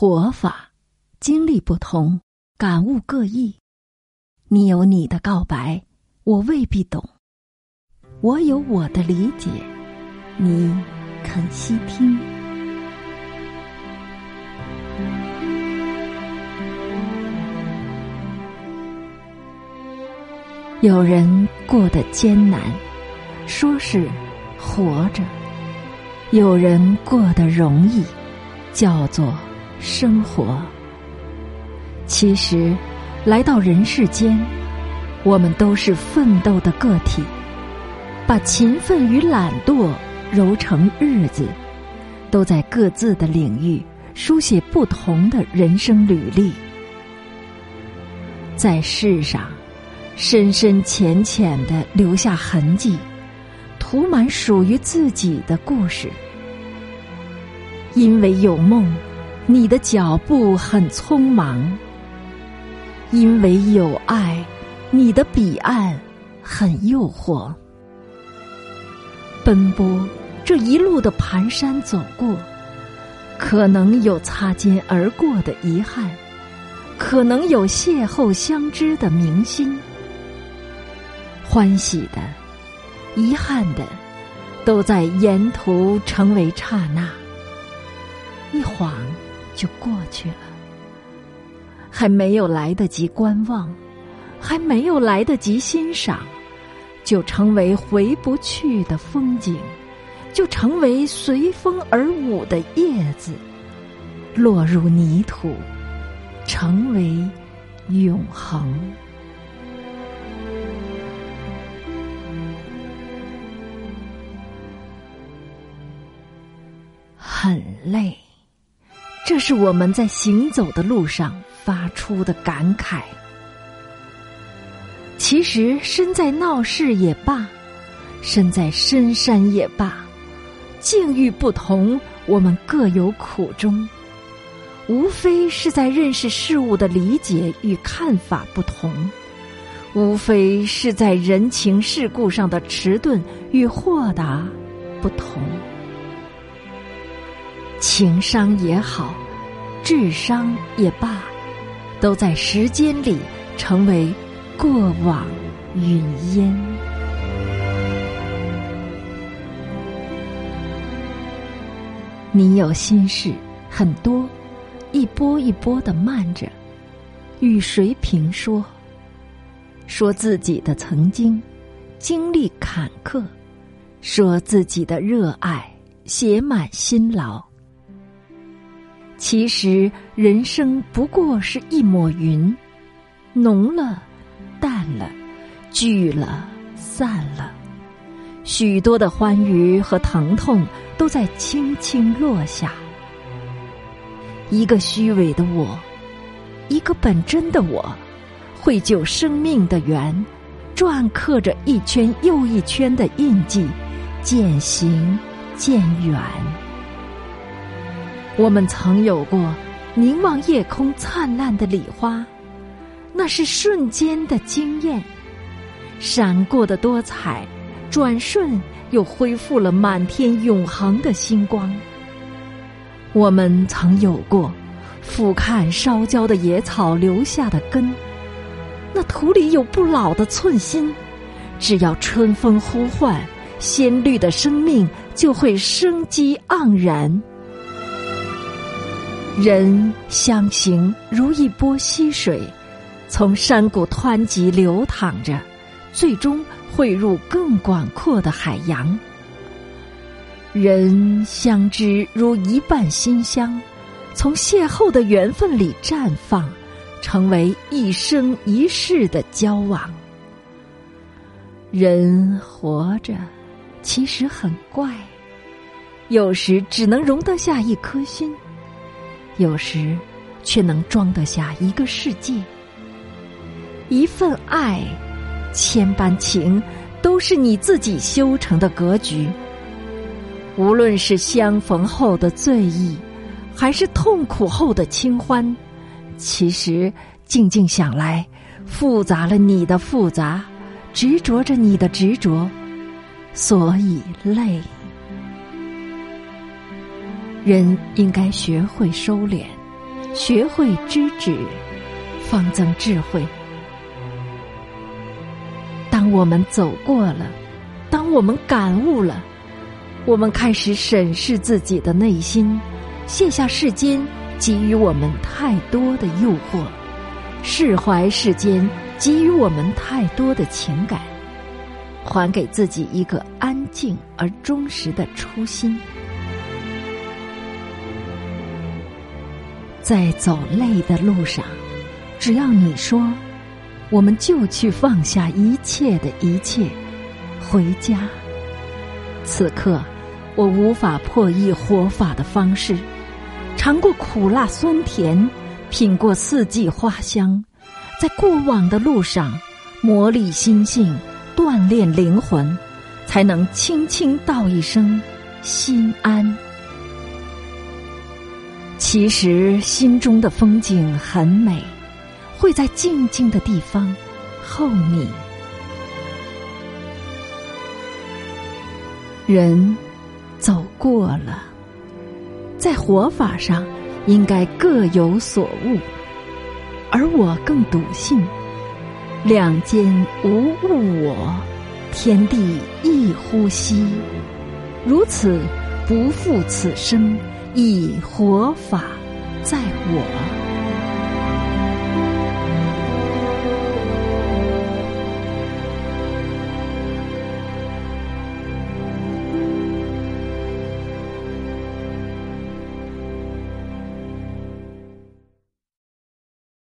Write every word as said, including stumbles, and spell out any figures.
活法，经历不同，感悟各异。你有你的告白，我未必懂；我有我的理解，你肯细听。有人过得艰难，说是活着；有人过得容易，叫做生活。其实来到人世间，我们都是奋斗的个体，把勤奋与懒惰揉成日子，都在各自的领域书写不同的人生履历。在世上深深浅浅地留下痕迹，涂满属于自己的故事。因为有梦，你的脚步很匆忙；因为有爱，你的彼岸很诱惑。奔波这一路的蹒跚走过，可能有擦肩而过的遗憾，可能有邂逅相知的铭心。欢喜的，遗憾的，都在沿途成为刹那，一晃就过去了。还没有来得及观望，还没有来得及欣赏，就成为回不去的风景，就成为随风而舞的叶子，落入泥土，成为永恒。很累，这是我们在行走的路上发出的感慨。其实身在闹市也罢，身在深山也罢，境遇不同，我们各有苦衷，无非是在认识事物的理解与看法不同，无非是在人情世故上的迟钝与豁达不同。情商也好，智商也罢，都在时间里成为过往云烟。你有心事很多，一波一波地漫着，与谁评说？说自己的曾经经历坎坷，说自己的热爱写满辛劳。其实人生不过是一抹云，浓了淡了，聚了散了，许多的欢愉和疼痛都在轻轻落下。一个虚伪的我，一个本真的我，绘就生命的圆，篆刻着一圈又一圈的印记，渐行渐远。我们曾有过凝望夜空灿烂的礼花，那是瞬间的惊艳，闪过的多彩，转瞬又恢复了满天永恒的星光。我们曾有过俯瞰烧焦的野草留下的根，那土里有不老的寸心，只要春风呼唤，鲜绿的生命就会生机盎然。人相行如一波溪水，从山谷湍急流淌着，最终汇入更广阔的海洋。人相知如一瓣馨香，从邂逅的缘分里绽放，成为一生一世的交往。人活着其实很怪，有时只能容得下一颗心，有时却能装得下一个世界。一份爱，千般情，都是你自己修成的格局。无论是相逢后的醉意，还是痛苦后的清欢，其实静静想来，复杂了你的复杂，执着着你的执着，所以累。人应该学会收敛， 学会知止，方增智慧。当我们走过了，当我们感悟了，我们开始审视自己的内心，卸下世间给予我们太多的诱惑，释怀世间给予我们太多的情感，还给自己一个安静而忠实的初心。在走累的路上，只要你说，我们就去放下一切的一切，回家。此刻我无法破译活法的方式，尝过苦辣酸甜，品过四季花香，在过往的路上磨砺心性，锻炼灵魂，才能轻轻道一声心安。其实心中的风景很美，会在静静的地方候你。人走过了，在活法上应该各有所悟，而我更笃信两间无物我，天地一呼吸，如此不负此生，以活法在我。